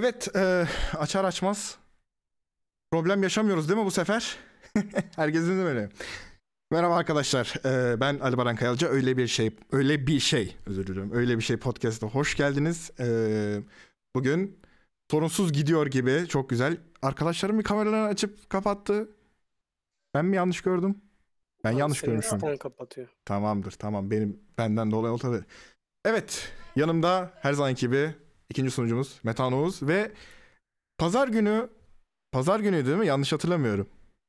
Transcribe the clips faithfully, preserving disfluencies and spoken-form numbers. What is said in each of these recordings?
Evet, e, açar açmaz problem yaşamıyoruz değil mi bu sefer? Herkesin değil mi öyle? Merhaba arkadaşlar, e, ben Ali Baran Kayalca. Öyle bir şey, öyle bir şey, özür dilerim. Öyle bir şey podcast'a hoş geldiniz. E, bugün sorunsuz gidiyor gibi, çok güzel. Arkadaşlarım bir kameralarını açıp kapattı. Ben mi yanlış gördüm? Ben Abi yanlış senin görmüşüm. siten kapatıyor. Tamamdır, tamam. Benim benden dolayı olabilir. Evet, yanımda her zamanki gibi ikinci sunucumuz Metehan Oğuz ve pazar günü Pazar günü değil mi? Yanlış hatırlamıyorum.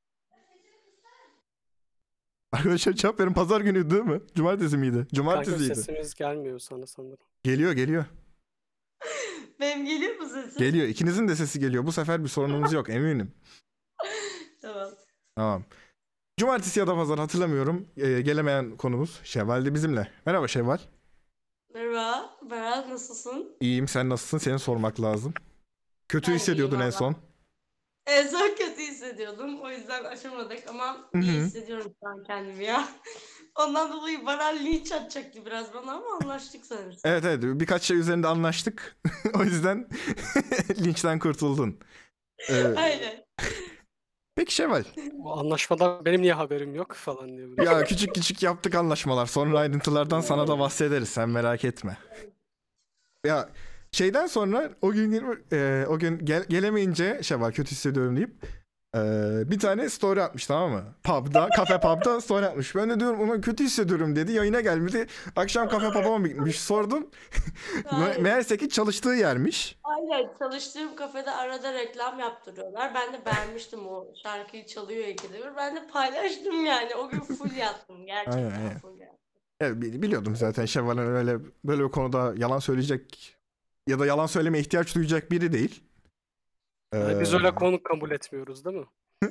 Arkadaşlar cevap verin. Pazar günü değil mi? Cumartesi miydi? Kanka Cumartesiydi. sesimiz gelmiyor sana sanırım. Geliyor geliyor. Benim geliyor mu sesim? Geliyor. İkinizin de sesi geliyor. Bu sefer bir sorunumuz yok eminim. Tamam. Tamam. Cumartesi ya da pazar hatırlamıyorum. Ee, gelemeyen konumuz Şevval de bizimle. Merhaba Şevval. Merhaba. Berat nasılsın? İyiyim, sen nasılsın? Seni sormak lazım. Kötü Ben hissediyordun iyiyim en valla. son. En son kötü hissediyordum. O yüzden aşamadık ama Hı iyi hı. hissediyorum şu an kendimi ya. Ondan dolayı bana linç atacaktı biraz bana ama anlaştık sanırsam. Evet evet, birkaç şey üzerinde anlaştık. O yüzden linçten kurtuldun. Ee, Aynen. peki Şevval. Bu anlaşmadan benim niye haberim yok falan diyor. böyle. Ya küçük küçük yaptık anlaşmalar. Sonra ayrıntılardan sana da bahsederiz. Sen merak etme. Ya şeyden sonra o gün e, o gün gel- gelemeyince şey var, kötü hissediyorum deyip e, bir tane story atmış, tamam mı? Pub'da, kafe pub'da story atmış. Ben de diyorum ona kötü hissediyorum dedi. Yayına gelmedi. Akşam kafe pub'a mı gitmiş sordum. Me- Aynen. Meğerse ki çalıştığı yermiş. Aynen. Çalıştığım kafede arada reklam yaptırıyorlar. Ben de beğenmiştim o şarkıyı çalıyor ikide bir. Ben de paylaştım yani. O gün full yattım. Aynen, Gerçekten aynen. full yattım. Evet, bi- biliyordum zaten Şevval'in öyle böyle bir konuda yalan söyleyecek ya da yalan söylemeye ihtiyaç duyacak biri değil. Yani biz Ee, öyle konuk kabul etmiyoruz değil mi?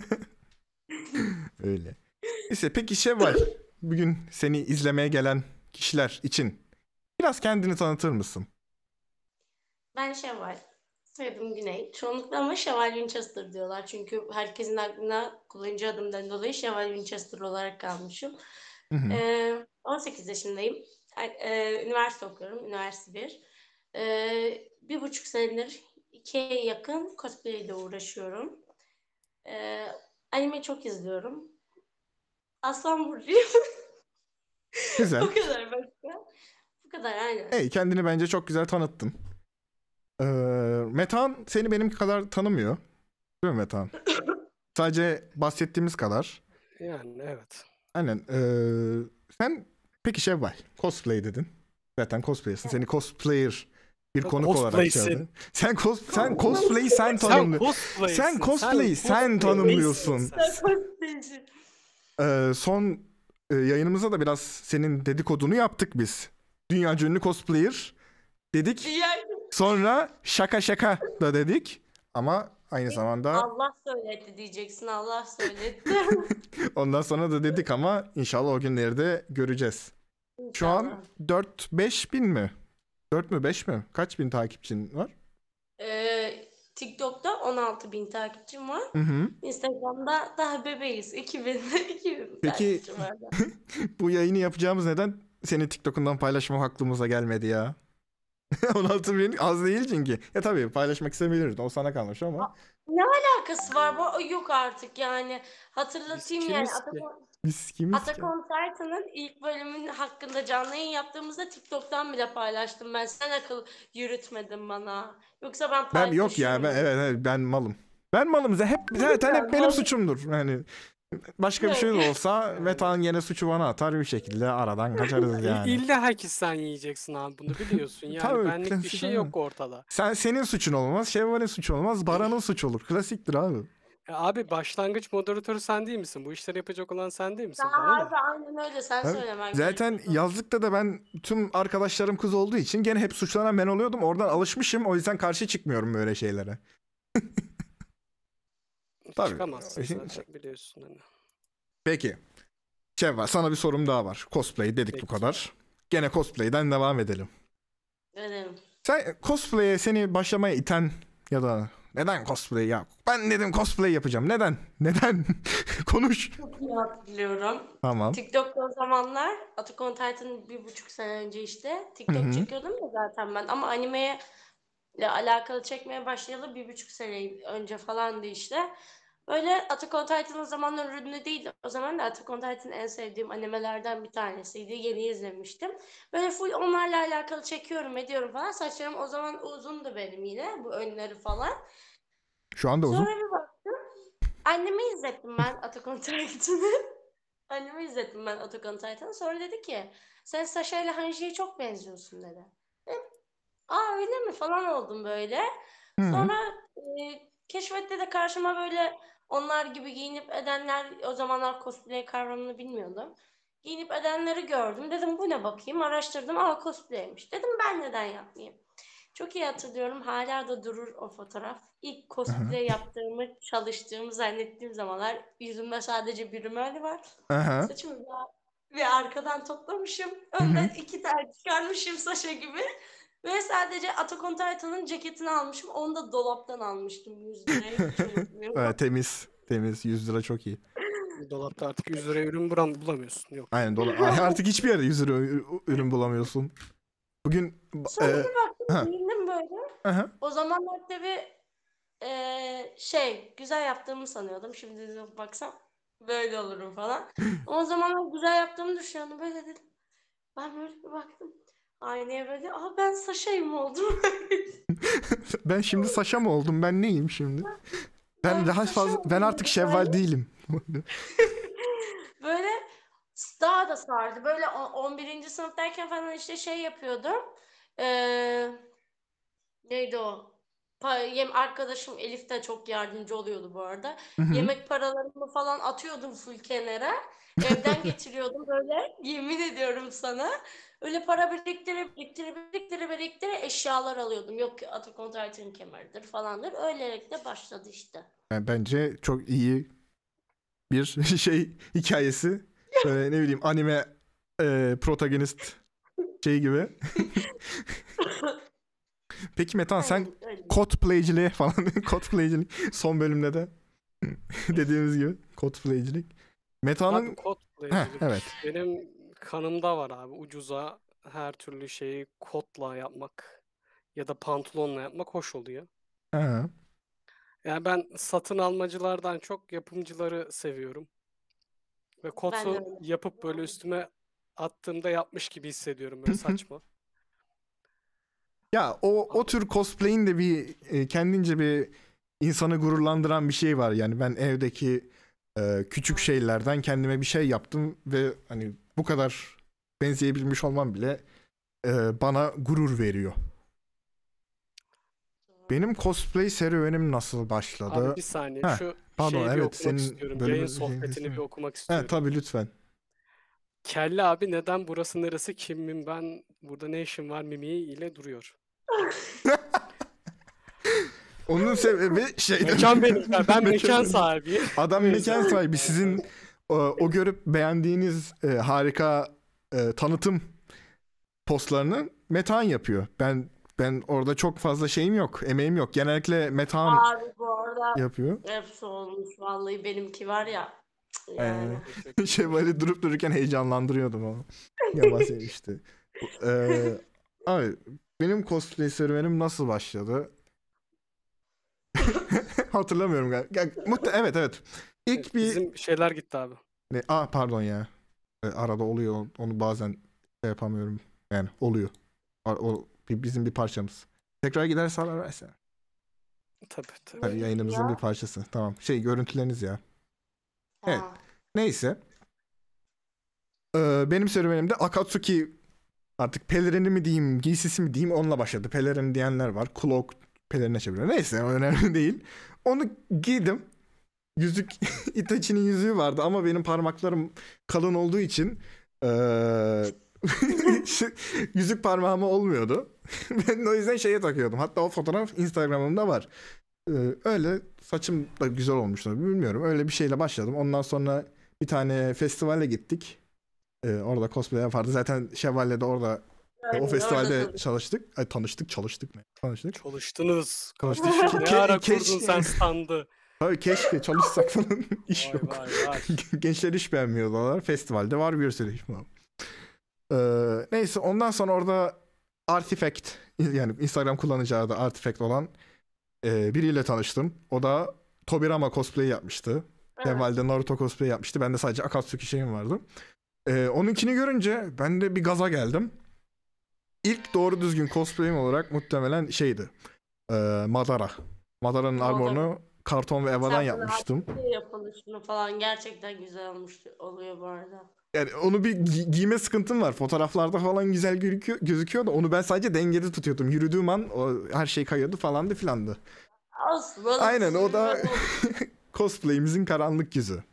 Öyle. Neyse, peki Şevval, bugün seni izlemeye gelen kişiler için biraz kendini tanıtır mısın? Ben Şevval. Soyadım Güney. Çoğunlukla ama Şevval Winchester diyorlar. Çünkü herkesin aklına kullanıcı adımdan dolayı Şevval Winchester olarak kalmışım. Hı hı. Ee, on sekiz yaşındayım. Ee, üniversite okuyorum. Üniversite bir. Ee, bir buçuk senedir ikiye yakın cosplay ile uğraşıyorum. Ee, anime çok izliyorum. Aslan burcuyum. Güzel. O kadar başka. Bu kadar aynen. Hey, kendini bence çok güzel tanıttın. Ee, Metehan seni benim kadar tanımıyor. Değil mi Metehan? Sadece bahsettiğimiz kadar. Yani evet. Aynen. Ee, sen peki Şevval, cosplay dedin. Zaten cosplayer'sın. Seni cosplayer bir Sen konuk olarak cosplay'sin. çağırdı. Sen cos sen cosplay'i sen Sen tanımlıyorsun. cosplay'sin. Sen cosplay'i sen cosplay'sin tanımlıyorsun. sen. Ben cosplayci. Ee, son e, yayınımızda da biraz senin dedikodunu yaptık biz. Dünyaca ünlü cosplayer dedik. Diğer Sonra şaka şaka da dedik. Ama aynı zamanda Allah söyletti diyeceksin. Allah söyletti. ondan sonra da dedik ama inşallah o günleri de göreceğiz. Şu an İnşallah. dört beş bin mi? dört mü beş mi? Kaç bin takipçin var? Ee, TikTok'ta on altı bin takipçim var. Hı hı. Instagram'da daha bebeğiz. iki bin, iki bin Peki takipçim var. da. bu yayını yapacağımız neden seni TikTok'undan paylaşma aklımıza gelmedi ya? on altı bin az değil çünkü. Ya tabii paylaşmak istemeyebiliriz. O sana kalmış ama. Ne alakası var? Bu yok artık yani. Hatırlatayım Biz yani. kimiz ki? Attack Biz kimiz ki? Attack on Titan'ın ilk bölümünün hakkında canlı yayın yaptığımızda TikTok'tan bile paylaştım ben. Sen akıl yürütmedin bana. Yoksa ben Ben yok ya, ben paylaşıyorum. evet, evet ben malım. Ben malım hep zaten hep benim suçumdur. Yani başka bir şey de olsa Metehan yine suçu bana atar, bir şekilde aradan kaçarız İ- yani. İlla herkes sen yiyeceksin abi, bunu biliyorsun. Yani Tabii, benlik bir klasik şey aynen. yok ortada. Sen senin suçun olmaz, Şevval'in suçu olmaz, Baran'ın suçu olur. Klasiktir abi. Ya abi başlangıç moderatörü sen değil misin? Bu işleri yapacak olan sen değil misin? Sen Bana ne? harbi aynen öyle. Sen Tabii. söylemen Zaten gerekiyordu. yazlıkta da ben tüm arkadaşlarım kız olduğu için gene hep suçlanan ben oluyordum. Oradan alışmışım, o yüzden karşı çıkmıyorum böyle şeylere. Tabii. Çıkamazsın zaten, biliyorsun hani. Peki. Şevval, sana bir sorum daha var. Cosplay dedik Peki. bu kadar. Gene cosplay'den devam edelim. Dedim. Sen cosplay'e seni başlamaya iten ya da neden cosplay ya? Ben dedim cosplay yapacağım. Neden? Neden? Konuş. Çok iyi hatırlıyorum. Tamam. TikTok'ta o zamanlar Attack on Titan bir buçuk sene önce işte Hı TikTok hı. çekiyordum ya zaten ben ama animeye ile alakalı çekmeye başlayalı bir buçuk sene önce falandı işte. Böyle Attack on Titan o zamanlar ünlü değildi. O zaman da Attack on Titan en sevdiğim animelerden bir tanesiydi. Yeni izlemiştim. Böyle full onlarla alakalı çekiyorum ediyorum falan. Saçlarım o zaman uzundu benim yine. Bu önleri falan. Şu anda uzun. Sonra bir baktım. Annemi izlettim ben Attack on Titan'ı. Annemi izlettim ben Attack on Titan'ı. Sonra dedi ki sen Sasha ile Hanji'ye çok benziyorsun dedi. Dedim, aa öyle mi falan oldum böyle. Hı. Sonra e, keşfette de karşıma böyle onlar gibi giyinip edenler, o zamanlar cosplay kavramını bilmiyordum. Giyinip edenleri gördüm. Dedim bu ne bakayım, araştırdım. Aa cosplaymiş. Dedim ben neden yapmayayım? Çok iyi hatırlıyorum. Hala da durur o fotoğraf. İlk Aha. cosplay yaptığımı, çalıştığımı zannettiğim zamanlar yüzümde sadece bir rimel var. Aha. Saçımı da ve arkadan toplamışım. Hı hı. Önden iki tane çıkarmışım Sasha gibi. Ve sadece Attack on Titan'ın ceketini almışım. Onu da dolaptan almıştım yüz liraya. Hiç unutmuyorum. Evet, temiz. Temiz. yüz lira çok iyi. Dolapta artık yüz liraya ürün buram bulamıyorsun. Yok. Aynen, dola Ay, artık hiçbir yerde yüz lira ü- ürün bulamıyorsun. Bugün Sonra e, bir baktım ha. giyindim böyle. Aha. O zamanlar tabii eee, şey güzel yaptığımı sanıyordum. Şimdi de baksam böyle olurum falan. O zamanlar güzel yaptığımı düşünüyordum. Böyle dedim. Ben böyle bir baktım. Aynaya böyle. Aa ben Sasha'yım oldum. Ben şimdi Saşa mı oldum? Ben neyim şimdi? Ben Ben daha Sasha fazla ben oldum artık dedim Şevval böyle. değilim. Böyle daha da sardı. Böyle on- on birinci sınıftayken falan işte şey yapıyordum. Ee, neydi o? Pa- yem arkadaşım Elif de çok yardımcı oluyordu bu arada. Hı hı. Yemek paralarımı falan atıyordum full kenara. Evden getiriyordum böyle. Yemin ediyorum sana. Öyle para biriktire biriktire biriktire biriktire eşyalar alıyordum. Yok ki Attack on Titan kemeridir falandır. Öylelikle başladı işte. Yani bence çok iyi bir şey hikayesi. Böyle ne bileyim anime e, protagonist şey gibi. Peki Metan, sen Aynen öyle. cosplayciliğe falan cosplaycilik son bölümde de dediğimiz gibi cosplaycilik. Abi Metan'ın Heh, cosplaycilik evet. benim kanımda var abi. Ucuza her türlü şeyi kotla yapmak ya da pantolonla yapmak hoş oluyor. Ha. Yani ben satın almacılardan çok yapımcıları seviyorum. Ve Ben de kotu öyle. yapıp böyle üstüme attığımda yapmış gibi hissediyorum, böyle saçma. Ya o o tür cosplay'in de bir e, kendince bir insanı gururlandıran bir şey var. Yani ben evdeki e, küçük şeylerden kendime bir şey yaptım ve hani bu kadar benzeyebilmiş olmam bile e, bana gurur veriyor. Benim cosplay serüvenim nasıl Abi başladı? bir saniye, Heh, şu pardon, şeyi bir evet, okumak senin istiyorum. Yayın bölümün sohbetini bir şeyini. okumak Evet, istiyorum. tabii, lütfen. Kelle abi neden burası neresi kimim ben burada ne işim var mimiği ile duruyor. Onun sebebi şeyden. Mekan benim. Ben, ben mekan Mekan- sahibiyim. Adam O mekan yüzden- sahibi. Sizin o, o görüp beğendiğiniz e, harika e, tanıtım postlarını Metehan yapıyor. Ben ben orada çok fazla şeyim yok, emeğim yok. Genellikle Metehan Abi bu arada yapıyor. hepsi olmuş. Vallahi benimki var ya. cık, Yani. Ee, şey böyle durup dururken heyecanlandırıyordum ama. Ya bahsedeyim işte. Ee, abi benim cosplay serüvenim nasıl başladı? Hatırlamıyorum galiba. Ya, muhte- evet evet. İlk bir Bizim şeyler gitti abi. ne? Aa, pardon ya. Ee, arada oluyor. Onu bazen şey yapamıyorum. Yani oluyor. Ar- O bir- bizim bir parçamız. Tekrar giderse haber versene. Tabii tabii. Tabii, yayınımızın Ya. bir parçası. Tamam. Şey, görüntüleriniz ya. Evet. Ha. Neyse. Ee, benim serüvenimde Akatsuki, artık pelerini mi diyeyim, giysisi mi diyeyim, onunla başladı. Pelerin diyenler var. Cloak pelerine çeviriyor. Neyse, o önemli değil. Onu giydim. Yüzük, Itachi'nin yüzüğü vardı ama benim parmaklarım kalın olduğu için ee, yüzük parmağıma olmuyordu. Ben de o yüzden şeye takıyordum. Hatta o fotoğraf Instagram'ımda var. Ee, öyle saçım da güzel olmuştu. Bilmiyorum. Öyle bir şeyle başladım. Ondan sonra bir tane festivale gittik. Ee, orada cosplay yapardı. Zaten Şevval'le de orada Aynen, o orada festivalde tabii. çalıştık. Ay, tanıştık, çalıştık ne? Tanıştık. Çalıştınız. Çalıştık. Kardeşim, ne Ke- ara keşke- kurdun sen standı? Tabii, keşke çalışsak falan. İş Vay yok. vay vay. Gençler iş beğenmiyorlar. Festivalde var bir sürü iş falan. Ee, neyse, ondan sonra orada Artifact yani Instagram kullanıcı adı Artifact olan e, biriyle tanıştım. O da Tobirama cosplay yapmıştı. Evet. Şevval'de Naruto cosplay yapmıştı. Bende sadece Akatsuki şeyim vardı. E, onunkini görünce ben de bir gaza geldim. İlk doğru düzgün cosplayim olarak muhtemelen şeydi. E, Madara. Madara'nın Madara. armorunu karton ve evadan Sen böyle yapmıştım. artistik yapılışını falan gerçekten güzel olmuş oluyor bu arada. Yani onu bir gi- giyme sıkıntım var. Fotoğraflarda falan güzel gözüküyor, gözüküyor da onu ben sadece dengede tutuyordum. Yürüdüğüm an o her şey kayıyordu falandı filandı. Olsun, olsun. Aynen, o da Olsun. cosplay'imizin karanlık yüzü.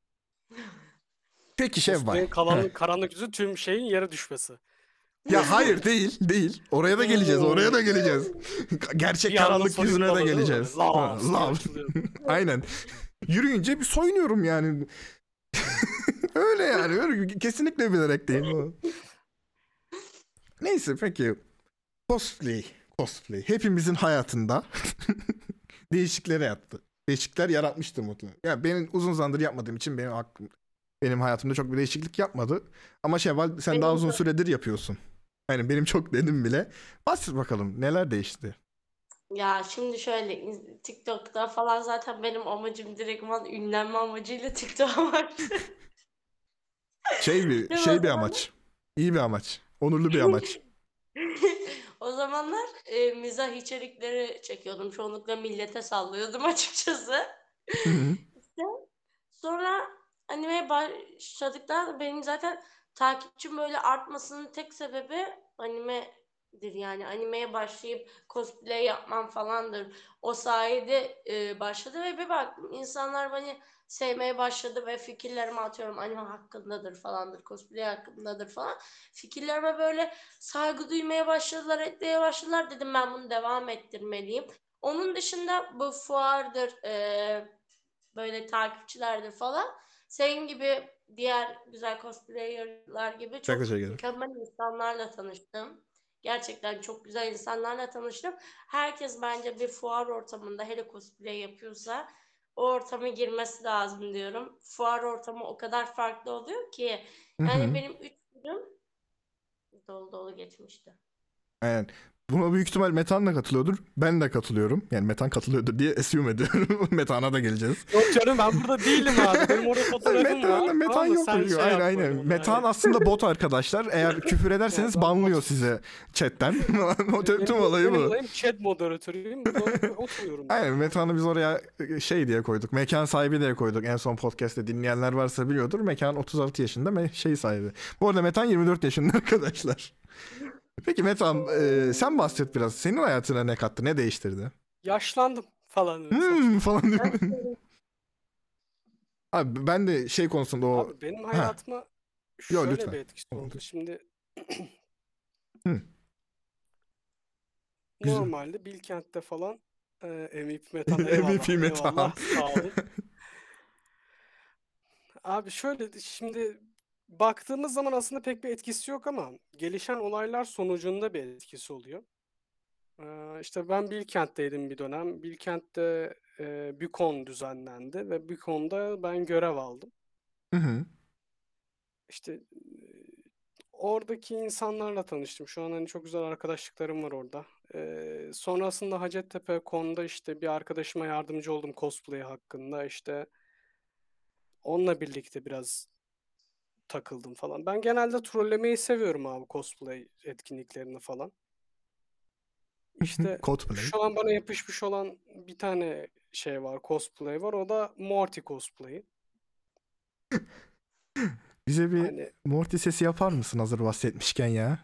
Peki Şevval. Cosplay'in karanlık, karanlık yüzü tüm şeyin yere düşmesi. Ya hayır, değil değil. Oraya da geleceğiz, oraya da geleceğiz. Gerçek Bir anda karanlık soyunma yüzüne de oluyor, değil mi? geleceğiz. Lav Ha, diye lav. açılıyor. Aynen. Yürüyünce bir soyunuyorum yani. Öyle yani. Öyle, kesinlikle bilerek değil bu. Neyse peki. Cosplay. Cosplay. Hepimizin hayatında değişiklikler yaptı. Değişiklikler yaratmıştır mutlaka. Ya benim uzun zamandır yapmadığım için benim aklım, benim hayatımda çok bir değişiklik yapmadı. Ama Şevval sen Benim daha uzun de. süredir yapıyorsun. Yani benim çok dedim bile. Bahset bakalım neler değişti? Ya şimdi şöyle in- TikTok'ta falan zaten benim amacım direktman ünlenme amacıyla TikTok'a başladım. Şey bir Ve şey o bir zaman- amaç. İyi bir amaç. Onurlu bir amaç. O zamanlar e, mizah içerikleri çekiyordum. Çoğunlukla millete sallıyordum açıkçası. Hı hı. Sonra animeye başladıktan benim zaten takipçim böyle artmasının tek sebebi animedir yani. Animeye başlayıp cosplay yapmam falandır. O sayede e, başladı ve bir baktım insanlar beni sevmeye başladı ve fikirlerimi atıyorum anime hakkındadır falandır, cosplay hakkındadır falan. Fikirlerime böyle saygı duymaya başladılar, etmeye başladılar. Dedim ben bunu devam ettirmeliyim. Onun dışında bu fuardır, e, böyle takipçilerdir falan. Senin gibi diğer güzel cosplayer'lar gibi Çok çok teşekkür ederim. mükemmel insanlarla tanıştım. Gerçekten çok güzel insanlarla tanıştım. Herkes bence bir fuar ortamında hele cosplay yapıyorsa o ortama girmesi lazım diyorum. Fuar ortamı o kadar farklı oluyor ki. Hı Yani hı. benim üç günüm dolu dolu geçmişti. Aynen. Buna büyük ihtimal Metan da katılıyordur. Ben de katılıyorum. Yani Metan katılıyordur diye assume ediyorum. Metan'a da geleceğiz. Yok canım ben burada değilim abi. Benim orada fotoğrafım var. Metan, Metan Tamam mı? yok. Sen diyor. şey aynen yapma aynen. bana Metan yani. aslında bot arkadaşlar. Eğer küfür ederseniz Ya ben banlıyor bot. size chatten. O tüm, tüm Benim, olayı benim bu. olayım chat moderatörüyüm. Burada oturuyorum. ben. Aynen, Metan'ı biz oraya şey diye koyduk. Mekan sahibi diye koyduk. En son podcast'te dinleyenler varsa biliyordur. Mekan otuz altı yaşında me- şey sahibi. Bu arada Metan yirmi dört yaşında arkadaşlar. Peki Metan, e, sen bahset biraz. Senin hayatına ne kattı? Ne değiştirdi? Yaşlandım falan. öyle Hmm, falan diyor. Ben- Abi ben de şey konusunda o... Abi benim Ha. hayatıma şöyle lütfen. bir etkisi oldu. Şimdi Hı. Güzel. normalde Bilkent'te falan e, M V P Metan M V eyvallah P Metan. eyvallah sağ olun. Abi şöyle şimdi baktığımız zaman aslında pek bir etkisi yok ama gelişen olaylar sonucunda bir etkisi oluyor. Ee, işte ben Bilkent'teydim bir dönem. Bilkent'te e, BÜKON düzenlendi ve BÜKON'da ben görev aldım. Hı hı. İşte e, oradaki insanlarla tanıştım. Şu an hani çok güzel arkadaşlıklarım var orada. Ee, sonrasında Hacettepe Kon'da işte bir arkadaşıma yardımcı oldum cosplay hakkında. İşte onunla birlikte biraz takıldım falan. Ben genelde trollemeyi seviyorum abi cosplay etkinliklerini falan. İşte Cosplay. şu an bana yapışmış olan bir tane şey var, cosplay var. O da Morty cosplay'i. Bize bir Hani Morty sesi yapar mısın hazır bahsetmişken ya?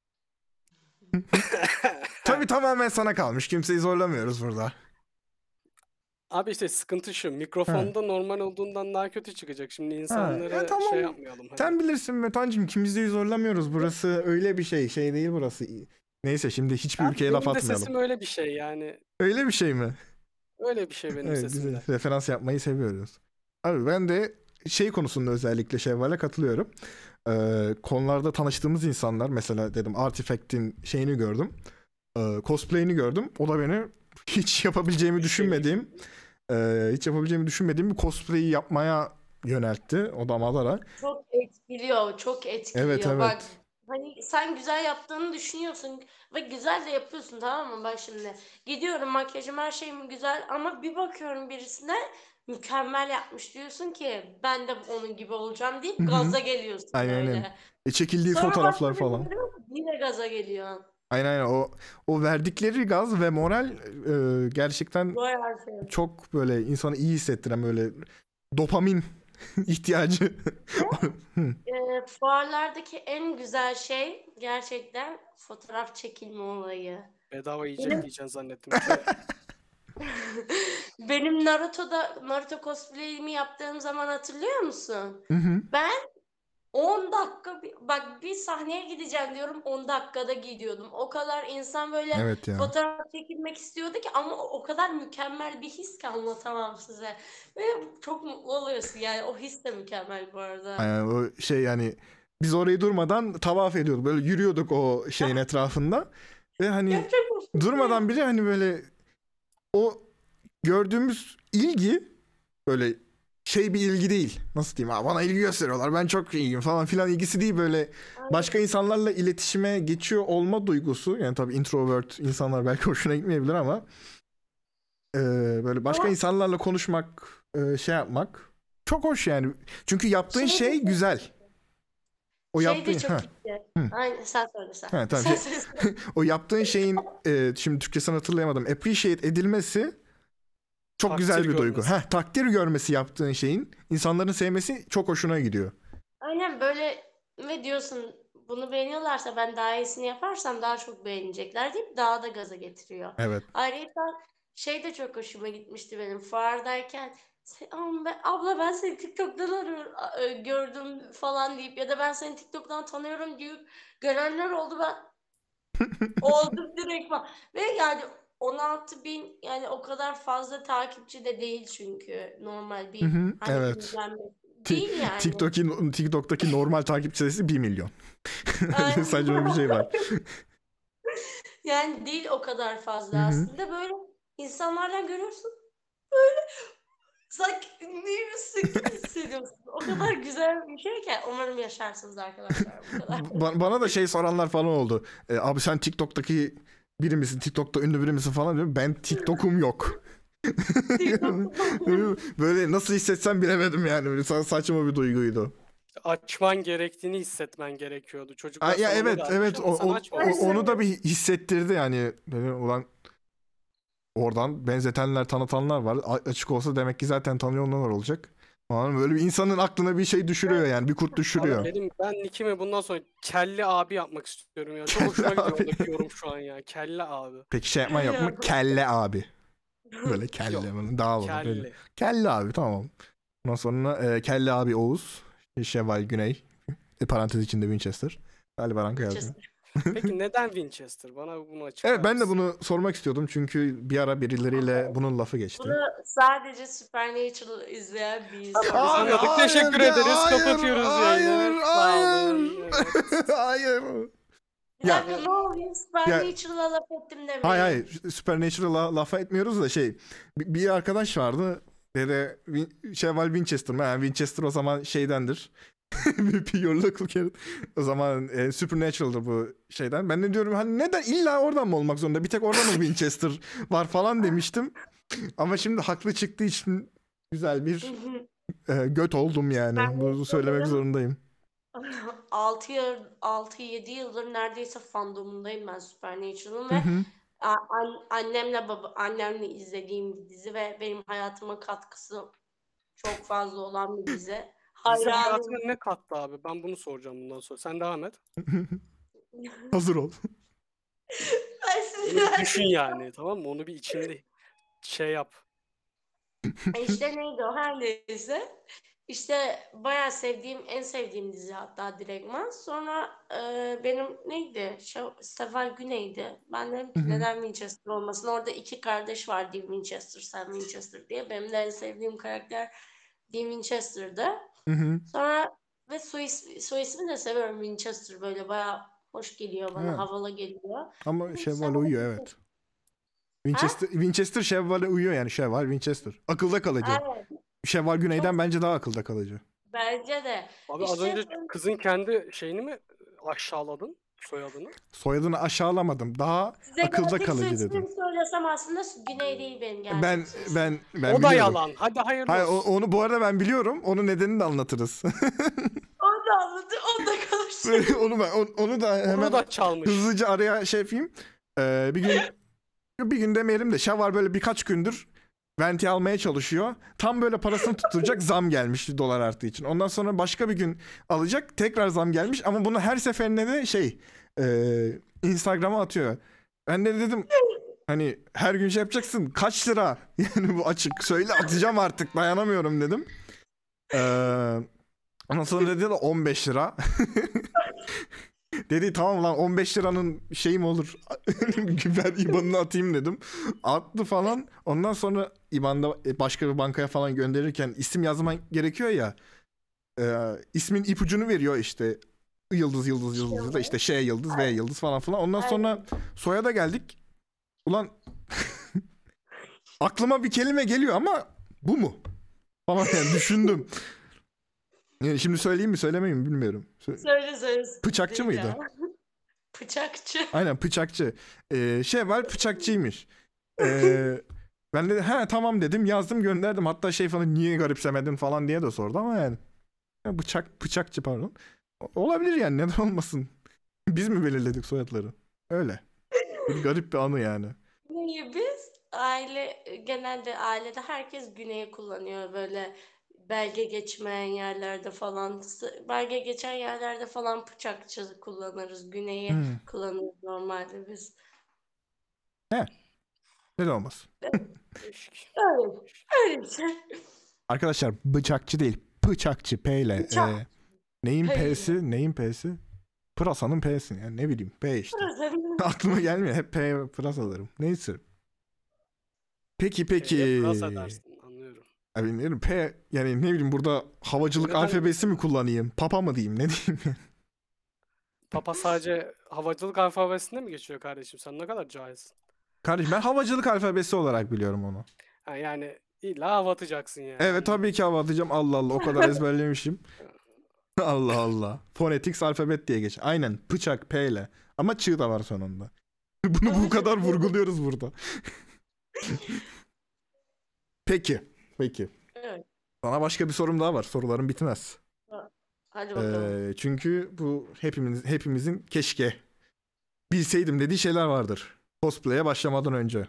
Tabii tamamen sana kalmış. Kimseyi zorlamıyoruz burada. abi işte sıkıntı şu. Mikrofonda normal olduğundan daha kötü çıkacak. Şimdi Ha, insanları ya tamam. şey yapmayalım hani. Sen bilirsin Metancığım. Kimseyi zorlamıyoruz. Burası öyle bir şey. Şey değil burası. Neyse şimdi hiçbir Abi ülkeye laf benim de atmayalım. sesim öyle bir şey yani. Öyle bir şey mi? Öyle bir şey benim Evet, sesim de. biz de referans yapmayı seviyoruz. Abi ben de şey konusunda özellikle Şevval'e katılıyorum. Ee, konularda tanıştığımız insanlar mesela dedim Artifact'in şeyini gördüm. Ee, cosplay'ini gördüm. O da beni hiç yapabileceğimi Bir şey düşünmediğim e, hiç yapabileceğimi düşünmediğim bir cosplay'i yapmaya yöneltti. O da Madara. Çok etkiliyor, çok etkiliyor. Evet, evet. Bak Hani sen güzel yaptığını düşünüyorsun ve güzel de yapıyorsun, tamam mı? Bak şimdi gidiyorum, makyajım her şeyim güzel ama bir bakıyorum birisine mükemmel yapmış, diyorsun ki ben de onun gibi olacağım Hı deyip hı. gaza geliyorsun Aynen aynen. böyle. E, çekildiği Sonra fotoğraflar başka birini falan. görüyorsun yine gaza geliyorsun. Aynen aynen. O, o verdikleri gaz ve moral e, gerçekten Vay harfi. çok böyle insanı iyi hissettiren böyle dopamin ihtiyacı. Hı. Ee, fuarlardaki en güzel şey gerçekten fotoğraf çekilme olayı. Bedava yiyecek Benim diyeceksin zannettim. Tüh. benim Naruto'da Naruto cosplay'imi yaptığım zaman hatırlıyor musun? Hı hı. Ben on dakika bir- bak bir sahneye gideceğim diyorum, on dakikada gidiyordum. O kadar insan böyle Evet ya. fotoğraf çekilmek istiyordu ki ama o o kadar mükemmel bir his ki anlatamam size. Ve çok mutlu oluyorsun yani, o his de mükemmel bu arada. Aynen, o şey yani biz orayı durmadan tavaf ediyorduk. Böyle yürüyorduk o şeyin etrafında. Ve hani Gerçek bu. durmadan bile hani böyle o gördüğümüz ilgi böyle şey bir ilgi değil. Nasıl diyeyim? "Aa, bana ilgi gösteriyorlar. Ben çok iyiyim" falan filan ilgisi değil, böyle başka insanlarla iletişime geçiyor olma duygusu. Yani tabii introvert insanlar belki hoşuna gitmeyebilir ama e, böyle başka Ama insanlarla konuşmak, e, şey yapmak çok hoş yani. Çünkü yaptığın şey şey de, güzel. O şey yaptığın de çok ha. iyi. Hı. Aynen, sen söyle sen. Ha, tamam Sen şey, söyle. o yaptığın şeyin e, şimdi Türkçesini hatırlayamadım. Appreciate edilmesi çok güzel Takdir bir duygu. görmesi. Heh, takdir görmesi yaptığın şeyin, insanların sevmesi çok hoşuna gidiyor. Aynen böyle, ve diyorsun bunu beğeniyorlarsa ben daha iyisini yaparsam daha çok beğenecekler deyip daha da gaza getiriyor. Evet. Ayrıca şey de çok hoşuma gitmişti benim fuardayken. "Se- Ama ben- abla ben seni TikTok'tan arıyorum, a- e, gördüm" falan deyip ya da ben seni TikTok'tan tanıyorum deyip görenler oldu, ben oldum direkt falan. Ve yani on altı bin, yani o kadar fazla takipçi de değil çünkü normal Hı bir hı, hani evet. ünlenme Ti- değil yani. TikTok'in, TikTok'taki normal takipçi sayısı bir milyon. Öyle Aynen. saçma bir şey var. Yani değil o kadar Hı fazla hı. aslında. Böyle insanlardan görüyorsun. Böyle sanki ünlüymüşsün gibi hissediyorsun. O kadar güzel bir şey ki. Umarım yaşarsınız arkadaşlar bu kadar. Ba- Bana da şey soranlar falan oldu. E, abi sen TikTok'taki biri misin? TikTok'ta ünlü biri misin falan diyorum. Ben TikTok'um yok. TikTok'ta Böyle nasıl hissetsem bilemedim yani. Böyle sa- saçma bir duyguydu. Açman gerektiğini hissetmen gerekiyordu. Aa, Çocuklar ya sana onu evet vermiş evet o, ama sen o- o- açmamışsın. onu da bir hissettirdi yani. Dedim, ulan oradan benzetenler, tanıtanlar var. A- açık olsa demek ki zaten tanıyanlar olacak. Falan böyle bir insanın aklına bir şey düşürüyor yani. Bir kurt Abi düşürüyor. benim ben nickimi bundan sonra Kelli abi yapmak istiyorum ya. Çok hoşuma Kelle gidiyor abi. oradaki yorum şu an ya. Kelli abi. Peki şey yapman yok mu? Ya. Kelle abi. Böyle Yok. kelle böyle dağılır. Böyle. Kelli. Kelle abi, tamam. Ondan sonra e, Kelle abi Oğuz. Şevval Güney. E, parantez içinde Winchester. Ali Baranka yazmıyor. Peki neden Winchester? Bana bunu açıklar Evet, ben de mısın? bunu sormak istiyordum çünkü bir ara birileriyle bunun lafı geçti. Bunu sadece Supernatural izleyen bir insan. Tamam, biz Abi anladık. hayır Teşekkür be, ederiz. hayır, Kapatıyoruz hayır, yayını. Sağ hayır, olun. Evet. hayır. Bir Ya, dakika, ne oluyor? Supernatural'a laf ettim demeyin. hayır hayır, Supernatural'a lafa etmiyoruz da şey, bir, bir arkadaş vardı dedi Win- Şevval Winchester mı? Yani Winchester o zaman şeydendir. Pure Local Carrot. O zaman e, Supernatural'dı bu şeyden. Ben de diyorum hani neden illa oradan mı olmak zorunda? Bir tek orada mı Winchester var falan demiştim. Ama şimdi haklı çıktığı için güzel bir e, göt oldum yani. Bunu söylemek zorundayım. altı yıl, altı yedi yıldır neredeyse fandomundayım ben Supernatural'ın Hı ve hı. a- an- annemle baba annemle izlediğim bir dizi ve benim hayatıma katkısı çok fazla olan bir dizi. Dizi Hayranım. hayatına ne kattı abi? Ben bunu soracağım bundan sonra. Sen devam et. Hazır ol. Ben Bunu sizi bir düşün yani, tamam mı? Onu bir içinde şey yap. İşte neydi o, her neyse. İşte bayağı sevdiğim, en sevdiğim dizi hatta direktman. Sonra e, benim neydi? Şev- Seval Güney'di. Ben dedim Hı ki hı. neden Winchester olmasın? Orada iki kardeş var, Dean Winchester, Sam Winchester diye. Benim de en sevdiğim karakter Dean Winchester'dı. Hı hı. Sonra ve soy, ismi, soy ismi de seviyorum, Winchester, böyle bayağı hoş geliyor bana, Evet. havalı geliyor. Ama Dedim ki Şevval Seval uyuyor, Winchester. evet. Ha? Winchester, Winchester Şevval'e uyuyor yani, Şevval Winchester. Akılda kalıcı. Evet. Şevval Güney'den Çok bence daha akılda kalıcı. bence de. Abi az İşte önce kızın kendi şeyini mi aşağıladın soyadını? Soyadını aşağılamadım. Daha Size akılda gerçek kalıcı soy ismimi dedim. söylesem aslında Güney değil benim gerçek Ben soy ismim. ben ben O da biliyorum. yalan. Hadi hayırlı Hayır, o- olsun. onu bu arada ben biliyorum. Onun nedenini de anlatırız. O da anladı, o da konuşuyor. onu ben onu, onu da hemen Onu da çalmış. hızlıca araya şey yapayım. Ee, bir gün bir gün demeyelim de Şevval böyle birkaç gündür venti almaya çalışıyor. Tam böyle parasını tutturacak, zam gelmiş dolar arttığı için. Ondan sonra başka bir gün alacak, tekrar zam gelmiş ama bunu her seferinde de şey e, Instagram'a atıyor. Ben de dedim hani her gün şey yapacaksın, kaç lira? Yani bu açık söyle, atacağım artık, dayanamıyorum dedim. Ee, ondan sonra dedi de on beş lira. Dedi tamam lan, on beş liranın şeyi mi olur? Ben İ B A N'ını atayım dedim. Attı falan. Ondan sonra İ B A N'da başka bir bankaya falan gönderirken isim yazman gerekiyor ya. E, ismin ipucunu veriyor işte. Yıldız yıldız yıldız da işte Ş yıldız V yıldız falan filan. Ondan sonra soyada geldik. Ulan aklıma bir kelime geliyor ama bu mu? Falan yani düşündüm. Yani şimdi söyleyeyim mi söylemeyeyim mi bilmiyorum. Sö- Söyle söyle. Bıçakçı Değil mıydı? ya. Bıçakçı. Aynen, bıçakçı. Ee, Şevval bıçakçıymış. Ee, ben de he tamam dedim, yazdım gönderdim. Hatta şey falan, niye garipsemedin falan diye de sordu ama yani. Ya bıçak bıçakçı pardon. O- Olabilir yani, neden olmasın. Biz mi belirledik soyadları? Öyle. Bir garip bir anı yani. Neyi biz? Aile genelde ailede herkes Güney'i kullanıyor böyle belge geçmeyen yerlerde falan. S- Belge geçen yerlerde falan bıçakçı kullanırız. Güney'i Hmm. kullanırız normalde biz. He. Neden olmasın. Değişik. Öyle. Öyle bir şey. Arkadaşlar bıçakçı değil, bıçakçı P ile. Bıçak. Ee, neyin P ile. P'si? Neyin P'si? Pırasanın P'si. Yani ne bileyim, P işte. Aklıma gelmiyor. Hep P pırasalarım. Neyse. Peki peki. P'ye pırasa dersin. Anlıyorum. Abi ne bileyim, P yani ne bileyim, burada havacılık Neden- alfabesi mi kullanayım? Papa mı diyeyim? Ne diyeyim? Papa sadece havacılık alfabesinde mi geçiyor kardeşim? Sen ne kadar cahilsin. Kardeşim ben havacılık alfabesi olarak biliyorum onu. Ha, yani illa hava atacaksın yani. Evet tabii ki hava atacağım. Allah Allah, o kadar ezberlemişim. Allah Allah. Phonetics alfabet diye geç. Aynen, bıçak P ile. Ama çığ da var sonunda. Bunu bu kadar vurguluyoruz burada. Peki. Peki. Evet. Sana başka bir sorum daha var. Sorularım bitmez. Hadi bakalım. Ee, çünkü bu hepimiz hepimizin keşke bilseydim dediği şeyler vardır. Cosplay'e başlamadan önce.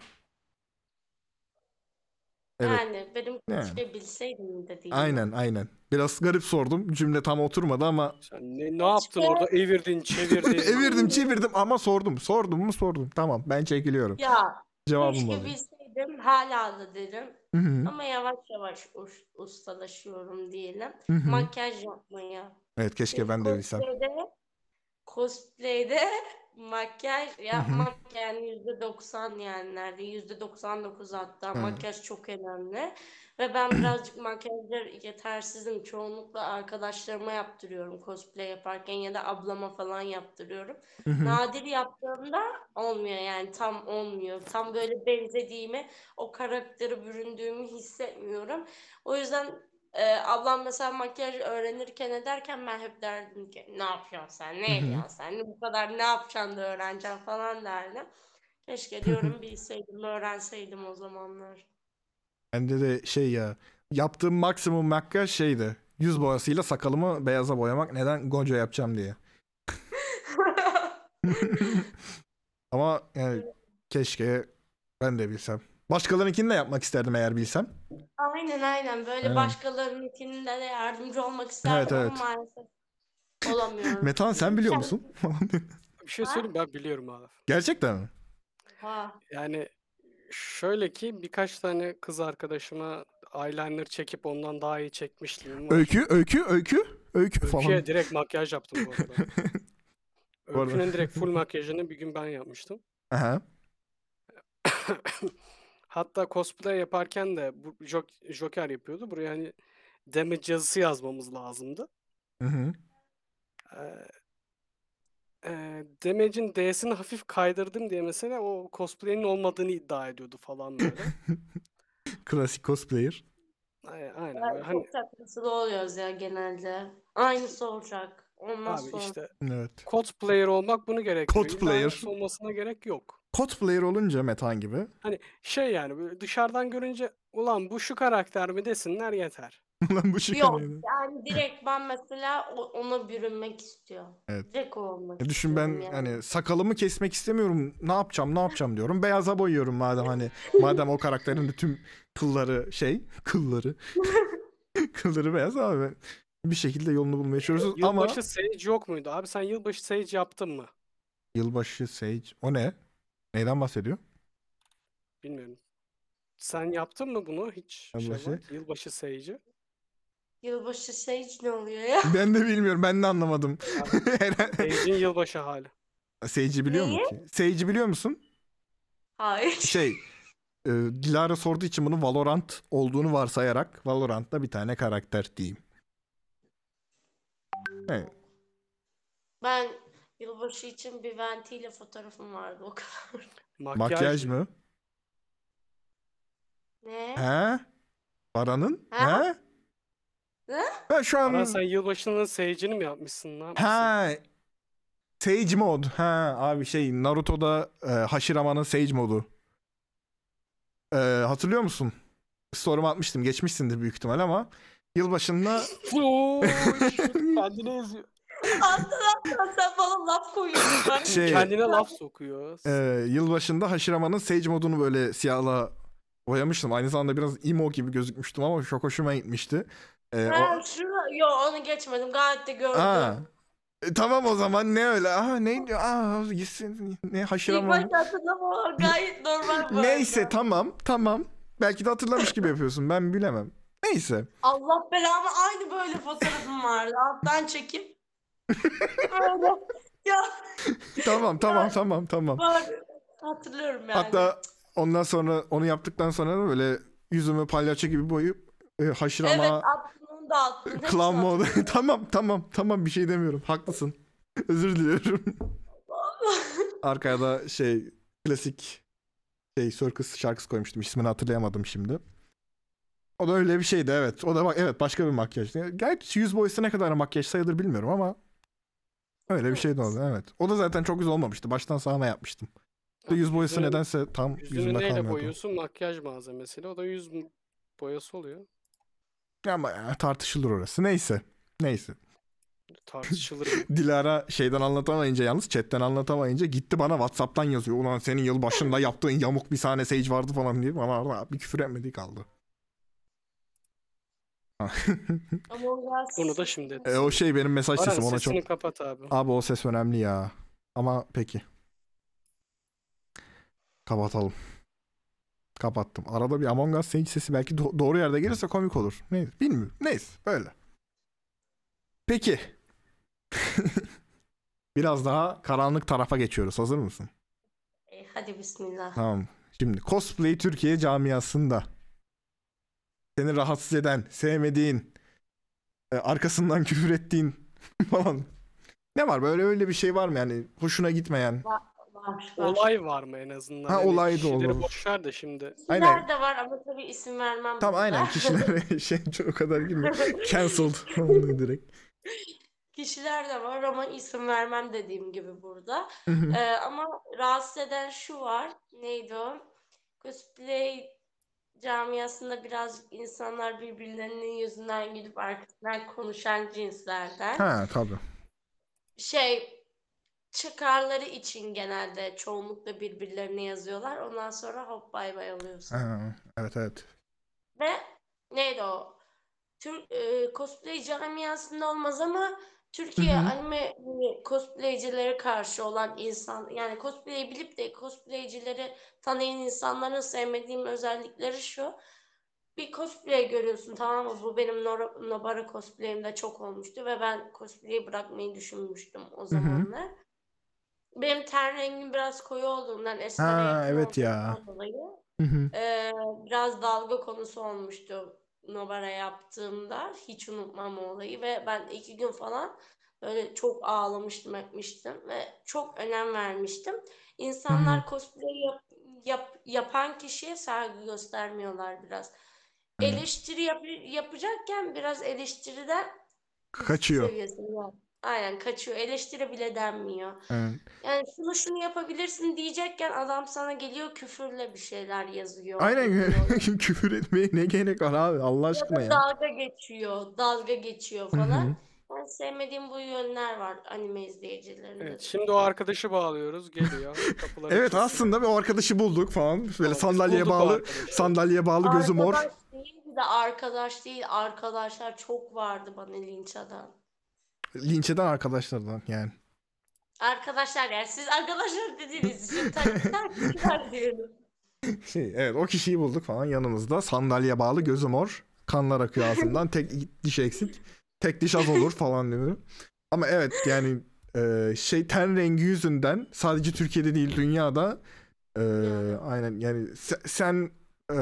Evet. Yani benim Yani. keşke bilseydim dediğim. Aynen aynen. Biraz garip sordum. Cümle tam oturmadı ama Sen ne, ne yaptın orada? Evirdin, çevirdin. evirdim çevirdim ama sordum. Sordum mu sordum. Tamam, ben çekiliyorum. Ya Cevabım keşke alayım. bilseydim hala da derim. Hı hı. Ama yavaş yavaş us- ustalaşıyorum diyelim. Hı hı. Makyaj yapmaya. Evet, keşke ben de bilsem. Cosplay'de, cosplay'de makyaj yapmak yani yüzde doksan yani nerede yüzde doksan dokuz hatta Hı. makyaj çok önemli. Ve ben birazcık makyajda yetersizim. Çoğunlukla arkadaşlarıma yaptırıyorum cosplay yaparken ya da ablama falan yaptırıyorum. Hı hı. Nadir yaptığımda olmuyor yani tam olmuyor. Tam böyle benzediğimi, o karaktere büründüğümü hissetmiyorum. O yüzden e, ablam mesela makyaj öğrenirken ederken ben hep derdim ki ne yapıyorsun sen, ne Hı hı. ediyorsun sen, bu kadar ne yapacaksın da öğreneceksin falan derdim. Keşke diyorum bilseydim, öğrenseydim o zamanlar. Bende de şey ya, yaptığım maksimum makyaj şeydi. Yüz boyasıyla sakalımı beyaza boyamak. Neden? Gonca yapacağım diye. Ama yani keşke ben de bilsem. Başkalarınkini de yapmak isterdim eğer bilsem. Aynen aynen böyle Evet. başkalarınınkinde de yardımcı olmak isterdim Evet, ama maalesef olamıyorum. Metan sen biliyor musun? Bir şey söyleyeyim, ben biliyorum abi. Gerçekten mi? Ha. Yani şöyle ki birkaç tane kız arkadaşıma eyeliner çekip ondan daha iyi çekmişliğim var. Öykü, öykü, öykü, öykü falan. Öykü'ye direkt makyaj yaptım bu arada. Bu arada. Öykü'nün direkt full makyajını bir gün ben yapmıştım. Aha. Hatta cosplay yaparken de bu Jok- Joker yapıyordu. Buraya hani damage yazısı yazmamız lazımdı. Hı hı. Ee, e, damage'in D'sini hafif kaydırdım diye mesela o cosplay'in olmadığını iddia ediyordu falan böyle. Klasik cosplayer. Ay- Aynen Evet, böyle hani çok takıntılı oluyoruz ya genelde. Aynısı olacak. olmazsa Abi olmaz. işte Evet. cosplayer olmak bunu gerektiriyor. İlla Cosplayer. aynısı olmasına gerek yok. Cosplayer olunca Metehan gibi. Hani şey yani böyle dışarıdan görünce ulan bu şu karakter mi desinler yeter. Ulan bu şu Yok kadarıydı. yani direkt ben mesela o- ona bürünmek istiyorum. Evet. Direkt o olmak E düşün istiyorum ben yani. hani sakalımı kesmek istemiyorum. Ne yapacağım? Ne yapacağım diyorum. Beyaza boyuyorum madem hani. Madem o karakterin de tüm kılları şey, kılları. Kılları beyaz abi. Bir şekilde yolunu bulmaya çalışıyoruz ama Yılbaşı Sage yok muydu? Abi sen yılbaşı Sage yaptın mı? yılbaşı Sage o ne? Neyden bahsediyor? Bilmiyorum. Sen yaptın mı bunu hiç Yılbaşı. Şevval? Yılbaşı Sage'i. Yılbaşı Sage ne oluyor ya? Ben de bilmiyorum. Ben de anlamadım. Sage'in yılbaşı hali. Sage'i biliyor mu Neyi? ki? Sage'i biliyor musun? Hayır. Şey, e, Dilara sorduğu için bunu Valorant olduğunu varsayarak Valorant'ta bir tane karakter diyeyim. Evet. Ben yılbaşı için bir ventiyle fotoğrafım vardı o kadar. Makyaj, Makyaj mı? mı? Ne? He? Baran'ın? Ha? He? Ne? Ben şu an... Aran sen yılbaşının Sage'ini mi yapmışsın? Ne yapmışsın? Ha, Sage mod. Ha abi şey Naruto'da e, Hashirama'nın Sage modu. E, hatırlıyor musun? Story'ma atmıştım. Geçmişsindir büyük ihtimal ama yılbaşında Oy, kendine yazıyor. Aslında sen bana laf koyuyorsun. Ben Şey- Kendine laf sokuyor. e, yılbaşında Hashirama'nın Sage modunu böyle siyahla boyamıştım. Aynı zamanda biraz emo gibi gözükmüştüm ama çok hoşuma gitmişti. E, Ha, o... şunu, yo onu geçmedim. Gayet de gördüm. Aa, e, tamam o zaman ne öyle? Aha neydi? Aa gitsin. Ne İlk Hashirama? başta hatırlamam gayet normal bu Neyse arada. tamam tamam. Belki de hatırlamış gibi yapıyorsun. Ben bilemem. Neyse. Allah belamı aynı böyle fotoğrafım vardı. Alttan çekip. Böyle. Ya Tamam tamam tamam tamam. böyle hatırlıyorum yani. Hatta ondan sonra onu yaptıktan sonra da böyle yüzümü palyaço gibi boyayıp e, evet Hashirama attın onu da attın. Hepsini clown modu. hatırlıyorum. Tamam tamam tamam bir şey demiyorum. Haklısın. Özür diliyorum. Arkaya da şey klasik şey Circus şarkısı koymuştum. İsmini hatırlayamadım şimdi. O da öyle bir şeydi evet. O da bak evet başka bir makyaj. Gerçi yüz boyası ne kadar makyaj sayılır bilmiyorum ama öyle bir şey de oldu evet. O da zaten çok güzel olmamıştı. Baştan sağma yapmıştım. Abi Yüz boyası yüzünü- nedense tam Yüzünü yüzümde neyle kalmıyordu. boyuyorsun? Makyaj malzemesiyle. O da yüz boyası oluyor. Ama ya, tartışılır orası. Neyse. Neyse. Tartışılır. Dilara şeyden anlatamayınca yalnız chatten anlatamayınca gitti bana WhatsApp'tan yazıyor. Ulan senin yıl başında yaptığın yamuk bir sahne Sage vardı falan diye. Bana orada bir küfür etmedi kaldı. Among Us. Onu da şimdi e, o şey benim mesaj Aran sesim ona çok... sesini kapat abi. Abi o ses önemli ya. Ama peki. Kapatalım. Kapattım. Arada bir Among Us Sage sesi belki do- doğru yerde gelirse komik olur. Neyse bilmiyorum. Neyse böyle. Peki. Biraz daha karanlık tarafa geçiyoruz. Hazır mısın? E, hadi bismillah. Tamam. Şimdi cosplay Türkiye camiasında seni rahatsız eden, sevmediğin, e, arkasından küfür ettiğin falan. Ne var böyle öyle bir şey var mı yani hoşuna gitmeyen? Var, var. Olay var mı en azından? Ha, Hani olay da kişileri olur. boş ver de şimdi. Kişiler Aynen. de var ama tabii isim vermem. Tam burada. aynen kişilere şey o kadar girme. Cancelled falan direkt. Kişiler de var ama isim vermem dediğim gibi burada. Hı hı. Ee, ama rahatsız eden şu var. Neydi o? Cosplay camiasında biraz insanlar birbirlerinin yüzünden gülüp arkasından konuşan cinslerden. Ha tabii. Şey çıkarları için genelde çoğunlukla birbirlerine yazıyorlar. Ondan sonra hop bay bay oluyorsun. Ha, evet evet. Ve neydi o? Türk e, cosplay camiasında olmaz ama Türkiye Hı hı. anime hani, cosplaycilere karşı olan insan yani cosplay'i bilip de cosplaycileri tanıyan insanların sevmediğim özellikleri şu. Bir cosplay görüyorsun tamam mı? Bu benim Nora- Nobara cosplay'imde çok olmuştu ve ben cosplay'i bırakmayı düşünmüştüm o Hı hı. zamanlar. Benim ten rengim biraz koyu olduğundan, esmere Ha yakın evet ya. olduğundan dolayı Hı hı. Ee, biraz dalga konusu olmuştu Nobara yaptığımda. Hiç unutmam o olayı ve ben iki gün falan böyle çok ağlamıştım etmiştim ve çok önem vermiştim. Hı hı. İnsanlar cosplay yap, yap- yapan kişiye saygı göstermiyorlar biraz. Aynen. Eleştiri yap- yapacakken biraz eleştiriden Kaçıyor. seviyesinde Aynen kaçıyor. Eleştiri bile denmiyor. Evet. Yani şunu şunu yapabilirsin diyecekken adam sana geliyor küfürle bir şeyler yazıyor, Aynen ediyor. küfür etmeye ne gerek var abi Allah Ya aşkına da ya. dalga geçiyor, dalga geçiyor Hı falan. hı. Ben sevmediğim bu yönler var anime izleyicilerinde Evet, de. şimdi o arkadaşı bağlıyoruz. Geliyor. Kapıları Evet kilitleniyor. aslında bir o arkadaşı bulduk falan. Böyle Tamam, biz sandalyeye bulduk o bağlı, arkadaşı. sandalyeye bağlı gözü mor. Arkadaş değil de arkadaş değil. Arkadaşlar çok vardı bana linç atan. Linç eden arkadaşlardan yani. Arkadaşlar yani siz arkadaşlar dediğiniz için tak takipçiler diyorum. Şey, evet o kişiyi bulduk falan yanımızda. Sandalyeye bağlı gözü mor. Kanlar akıyor ağzından. Tek diş eksik. Tek diş az olur falan diyor. Ama evet yani e, şey ten rengi yüzünden sadece Türkiye'de değil dünyada e, Yani. aynen yani se- sen e,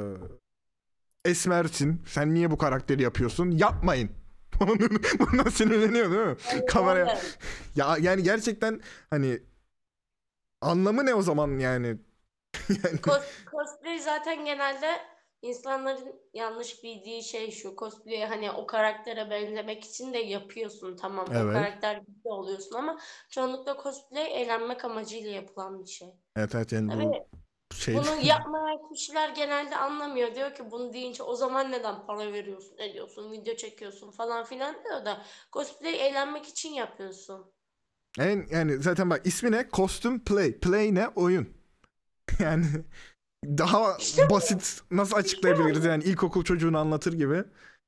esmersin. Sen niye bu karakteri yapıyorsun? Yapmayın. Bundan sinirleniyor değil mi? Evet, Kameraya. evet. Ya yani gerçekten hani anlamı ne o zaman yani? Yani Cos- cosplay zaten genelde insanların yanlış bildiği şey şu. Cosplay hani o karaktere benzemek için de yapıyorsun tamam. O evet. karakter gibi de oluyorsun ama çoğunlukla cosplay eğlenmek amacıyla yapılan bir şey. Evet evet yani bu Tabii şey bunu yapmayan kişiler genelde anlamıyor. Diyor ki bunu deyince o zaman neden para veriyorsun, ediyorsun, video çekiyorsun falan filan diyor da cosplay eğlenmek için yapıyorsun. en yani zaten bak ismi ne? Kostüm play. Play ne? Oyun. Yani daha İşte bu. basit nasıl İşte açıklayabiliriz bu. yani ilkokul çocuğunu anlatır gibi.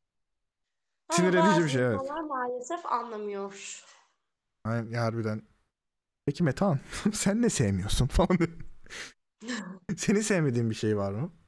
Sinir Ama edici bir bazı şey evet. insanlar maalesef anlamıyor. Aynen, ya harbiden. Peki Metehan sen ne sevmiyorsun falan. Senin sevmediğin bir şey var mı?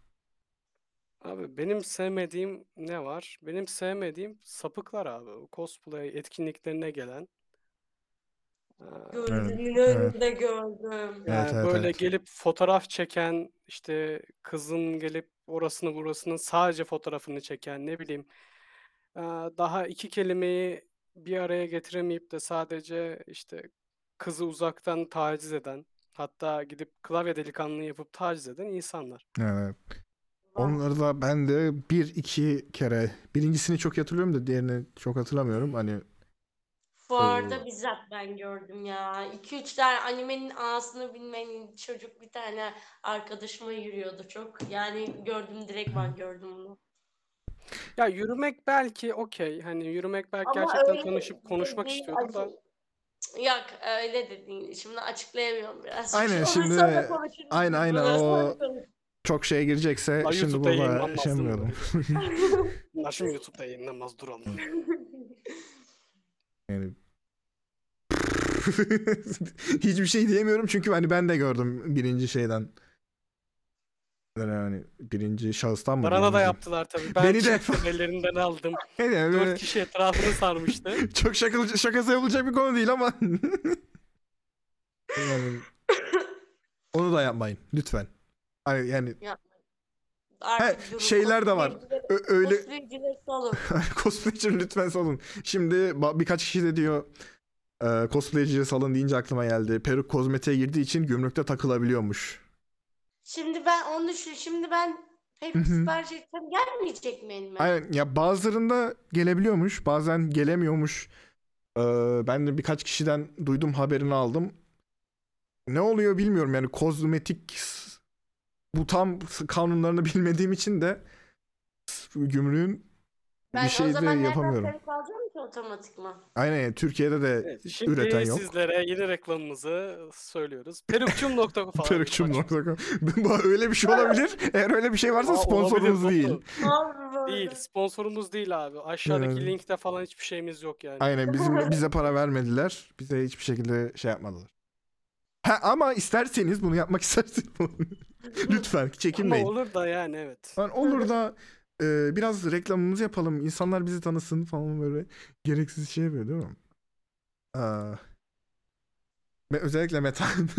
Abi benim sevmediğim ne var? Benim sevmediğim sapıklar abi. O cosplay etkinliklerine gelen. Ee, Evet. Gözümün Evet. önünde gördüm. Evet Yani evet böyle evet. gelip fotoğraf çeken, işte kızın gelip orasını burasının sadece fotoğrafını çeken, ne bileyim, ee, daha iki kelimeyi bir araya getiremeyip de sadece işte kızı uzaktan taciz eden, hatta gidip klavye delikanlılığı yapıp taciz eden insanlar. Evet. Var. Onları da ben de bir iki kere birincisini çok hatırlıyorum da diğerini çok hatırlamıyorum. Hani e, Fuarda bizzat ben gördüm ya. iki üç tane animenin ağasını bilmeyen çocuk bir tane arkadaşıma yürüyordu çok. Yani gördüm direkt ben gördüm bunu. Ya yürümek belki okey. Hani yürümek belki Ama gerçekten öyle tanışıp de konuşmak değil. istiyordur Acı... da. Yok öyle de değil. Şimdi açıklayamıyorum birazcık. aynen Onu şimdi sonra konuşuruz aynen biz aynen bunları. o Sonra konuşuruz. çok şeye girecekse La şimdi YouTube'da burada şey yayınlanmaz değil mi yapmayalım. böyle? Bunlar şimdi YouTube'da yayınlanmaz duralım. Yani hiçbir şey diyemiyorum çünkü hani ben de gördüm birinci şeyden. Yani birinci şahıstan mı Barana diyeyim? da Birinci- yaptılar tabii. Ben Beni de çektim ellerinden aldım. yani Dört böyle kişi etrafını sarmıştı. çok şaka, şakası yapılacak bir konu değil ama yani onu da yapmayın lütfen. Hani yani Ya he, artık durun. şeyler de var. Cosplaycileri, Ö- öyle cosplaycileri salın. cosplayci lütfen salın. Şimdi ba- birkaç kişi de diyor e, cosplayci salın deyince aklıma geldi. Peruk kozmetiğe girdiği için gümrükte takılabiliyormuş. Şimdi ben onu düşün. Şimdi ben Hı peruk hı. sipariş etsem gelmeyecek mi elime? Aynen ya bazılarında gelebiliyormuş, bazen gelemiyormuş. Ee, ben de birkaç kişiden duydum, haberini aldım. Ne oluyor bilmiyorum yani kozmetik bu tam kanunlarını bilmediğim için de gümrüğün bir Ben o şey de zaman nereden yapamıyorum. peruk alacağım ki otomatikman? Aynen yani Türkiye'de de Evet, üreten şimdi yok. sizlere yeni reklamımızı söylüyoruz. perukçum nokta com falan. Perukçum Saçma. nokta com. Bu öyle bir şey olabilir. Eğer öyle bir şey varsa Aa, sponsorumuz olabilir, değil. Batu. Abi Değil, böyle. sponsorumuz değil abi. Aşağıdaki Yani, linkte falan hiçbir şeyimiz yok yani. aynen bizim bize para vermediler. Bize hiçbir şekilde şey yapmadılar. Ha, ama isterseniz bunu yapmak isterseniz lütfen Ama çekinmeyin. olur da yani evet. Yani olur da e, biraz reklamımızı yapalım. İnsanlar bizi tanısın falan böyle gereksiz şey yapıyor değil mi? Aa, ve özellikle Metan.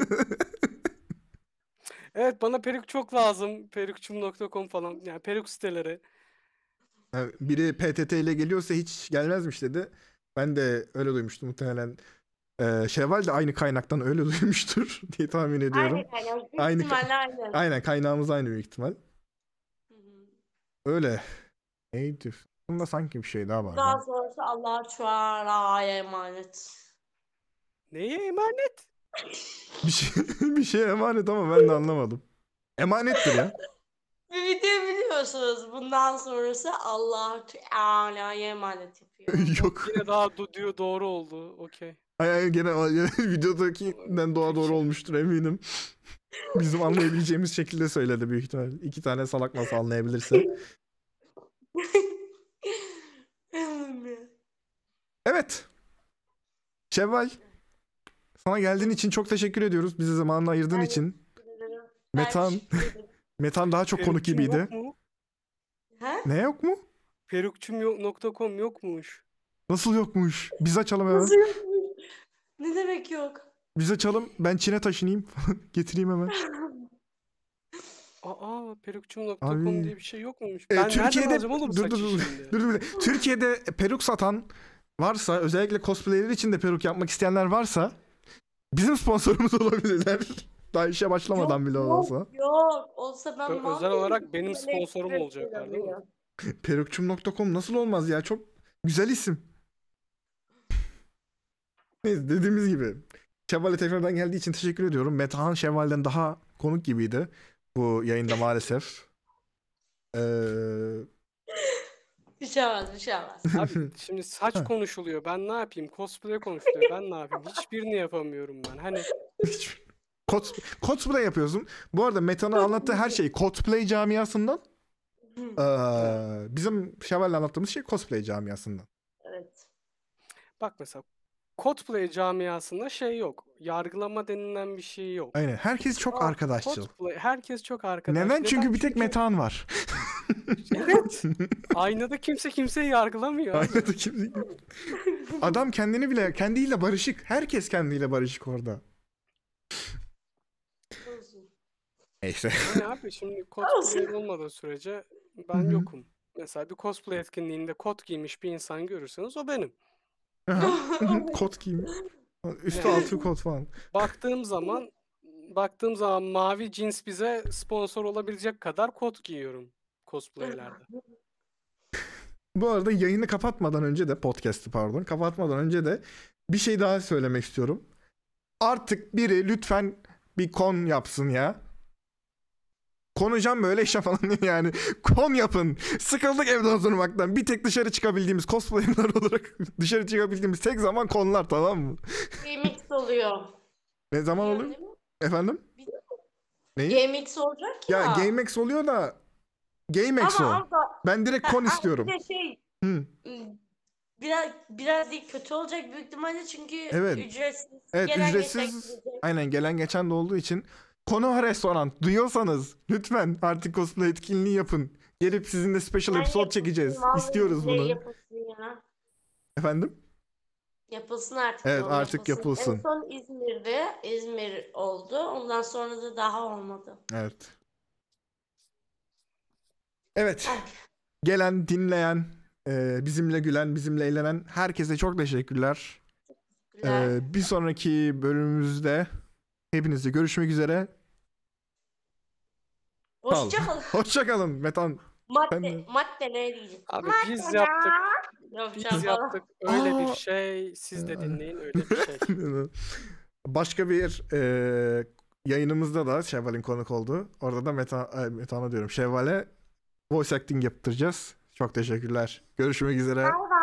Evet, bana peruk çok lazım. perukçum nokta com falan. Yani peruk siteleri. Yani biri P T T ile geliyorsa hiç gelmezmiş dedi. Ben de öyle duymuştum muhtemelen. Ee, Şevval de aynı kaynaktan öyle duymuştur diye tahmin ediyorum. Aynen aynen. Büyük Aynı ka- ihtimalle aynen. Aynen kaynağımız aynı büyük ihtimal. Hı hı. Öyle. Neydi? Bunda sanki bir şey daha var. Daha lan. sonrası Allah'a Teala'ya emanet. Neye emanet? Bir şey bir şey emanet ama ben de anlamadım. Emanettir ya. Bir video biliyorsunuz. Bundan sonrası Allah'a Teala'ya emanet yapıyor. Yok. Yine daha du- diyor doğru oldu. Okey. Ay, ay, gene o- gene videodakinden doğa doğru olmuştur eminim. Bizim anlayabileceğimiz şekilde söyledi büyük ihtimal. İki tane salak nasıl anlayabilirse. Evet. Şevval. Sana geldiğin için çok teşekkür ediyoruz. Bize zamanını ayırdığın Ben için. Ben Metan. teşekkür ederim. Metan daha çok konuk Perukçum gibiydi. yok mu? Ha? Ne yok mu? perukçum nokta com yokmuş. Nasıl yokmuş? Biz açalım hemen. Nasıl yokmuş? Ne demek yok? Biz açalım. Ben Çin'e taşınayım. Getireyim hemen. Aa, perukçum nokta Abi. com diye bir şey yokmuş. Ee, Ben nereden Türkiye'de alacağım oğlum dur, saçı dur, dur, şimdi? dur, dur, dur. Türkiye'de peruk satan varsa, özellikle cosplayler için de peruk yapmak isteyenler varsa bizim sponsorumuz olabilirler. Daha işe başlamadan Yok, bile yok, olsa. Yok. Olsa ben Ö- mal özel mıyım? olarak benim Böyle sponsorum ekstra olacaklar değil mi? şeyler perukçum nokta com nasıl olmaz ya? Çok güzel isim. Neyse, dediğimiz gibi. Şevval'e tekrardan geldiği için teşekkür ediyorum. Metehan Şevval'den daha konuk gibiydi bu yayında maalesef. Ee, Bir şey olmaz, bir şey olmaz. Abi şimdi saç Ha. konuşuluyor. Ben ne yapayım? Cosplay konuşuluyor. Ben ne yapayım? Hiçbirini yapamıyorum ben. Hani hiç- Cos- cosplay yapıyorsun. Bu arada Metehan'ın anlattığı her şey cosplay camiasından. Ee, bizim Şevval'le anlattığımız şey cosplay camiasından. Evet. bak mesela cosplay camiasında şey yok. Yargılama denilen bir şey yok. Aynen. Herkes çok Aa, arkadaşçıl. Cosplay, herkes çok arkadaş. Neden? Çünkü bir tek Çünkü Metehan var. Evet. Aynada kimse kimseyi yargılamıyor. abi. Aynada kimse... Adam kendini bile, kendiyle barışık. Herkes kendiyle barışık orada. Olsun. Neyse. Yani abi şimdi cosplay olmadığı sürece ben Hı hı. yokum. Mesela bir cosplay etkinliğinde kot giymiş bir insan görürseniz o benim. Aha. Kot giymiş. Üstü Yani. altı kot falan. Baktığım zaman baktığım zaman mavi cins bize sponsor olabilecek kadar kot giyiyorum cosplaylerde. Bu arada yayını kapatmadan önce de, podcast'ı pardon, kapatmadan önce de bir şey daha söylemek istiyorum. Artık biri lütfen bir kon yapsın ya. Konacağım böyle işe falan yani. Kon yapın. Sıkıldık evde oturmaktan. Bir tek dışarı çıkabildiğimiz cosplayer'lar olarak dışarı çıkabildiğimiz tek zaman konlar, tamam mı? GameX oluyor. Ne zaman Biliyor oluyor? değil mi? Efendim? Biliyor Neyi? GameX olacak ya. Ya GameX oluyor da GameX o. Ama orada Ben direkt kon Ha, istiyorum. bir de şey Hı. ım, biraz biraz değil kötü olacak büyük ihtimalle çünkü Evet. ücretsiz. Evet, gelen ücretsiz. geçen gidecek. Aynen, gelen geçen de olduğu için. Konoha Restoran duyuyorsanız lütfen artık cosplay etkinliği yapın. Gelip sizinle special Ben episode yapılsın, çekeceğiz. vallahi İstiyoruz billahi bunu. Yapılsın ya. Efendim? Yapılsın artık. Evet, o, artık yapılsın. En son İzmir'de İzmir oldu. Ondan sonra da daha olmadı. Evet. Evet. Ay. Gelen, dinleyen, e, bizimle gülen, bizimle eğlenen herkese çok teşekkürler. Güzel. E, bir sonraki bölümümüzde hepinizle görüşmek üzere. Hoşçakalın. Hoşçakalın Metan. Ben de- Madde, madde ne diyeceğim? Abi Madde biz ne? yaptık. Yapacağım Biz falan. yaptık. Öyle Aa. bir şey. Siz de dinleyin öyle bir şey. Başka bir e, yayınımızda da Şevval'in konuk olduğu. Orada da Meta, e, Metan'a diyorum. Şevval'e voice acting yaptıracağız. Çok teşekkürler. Görüşmek üzere. Bay bay.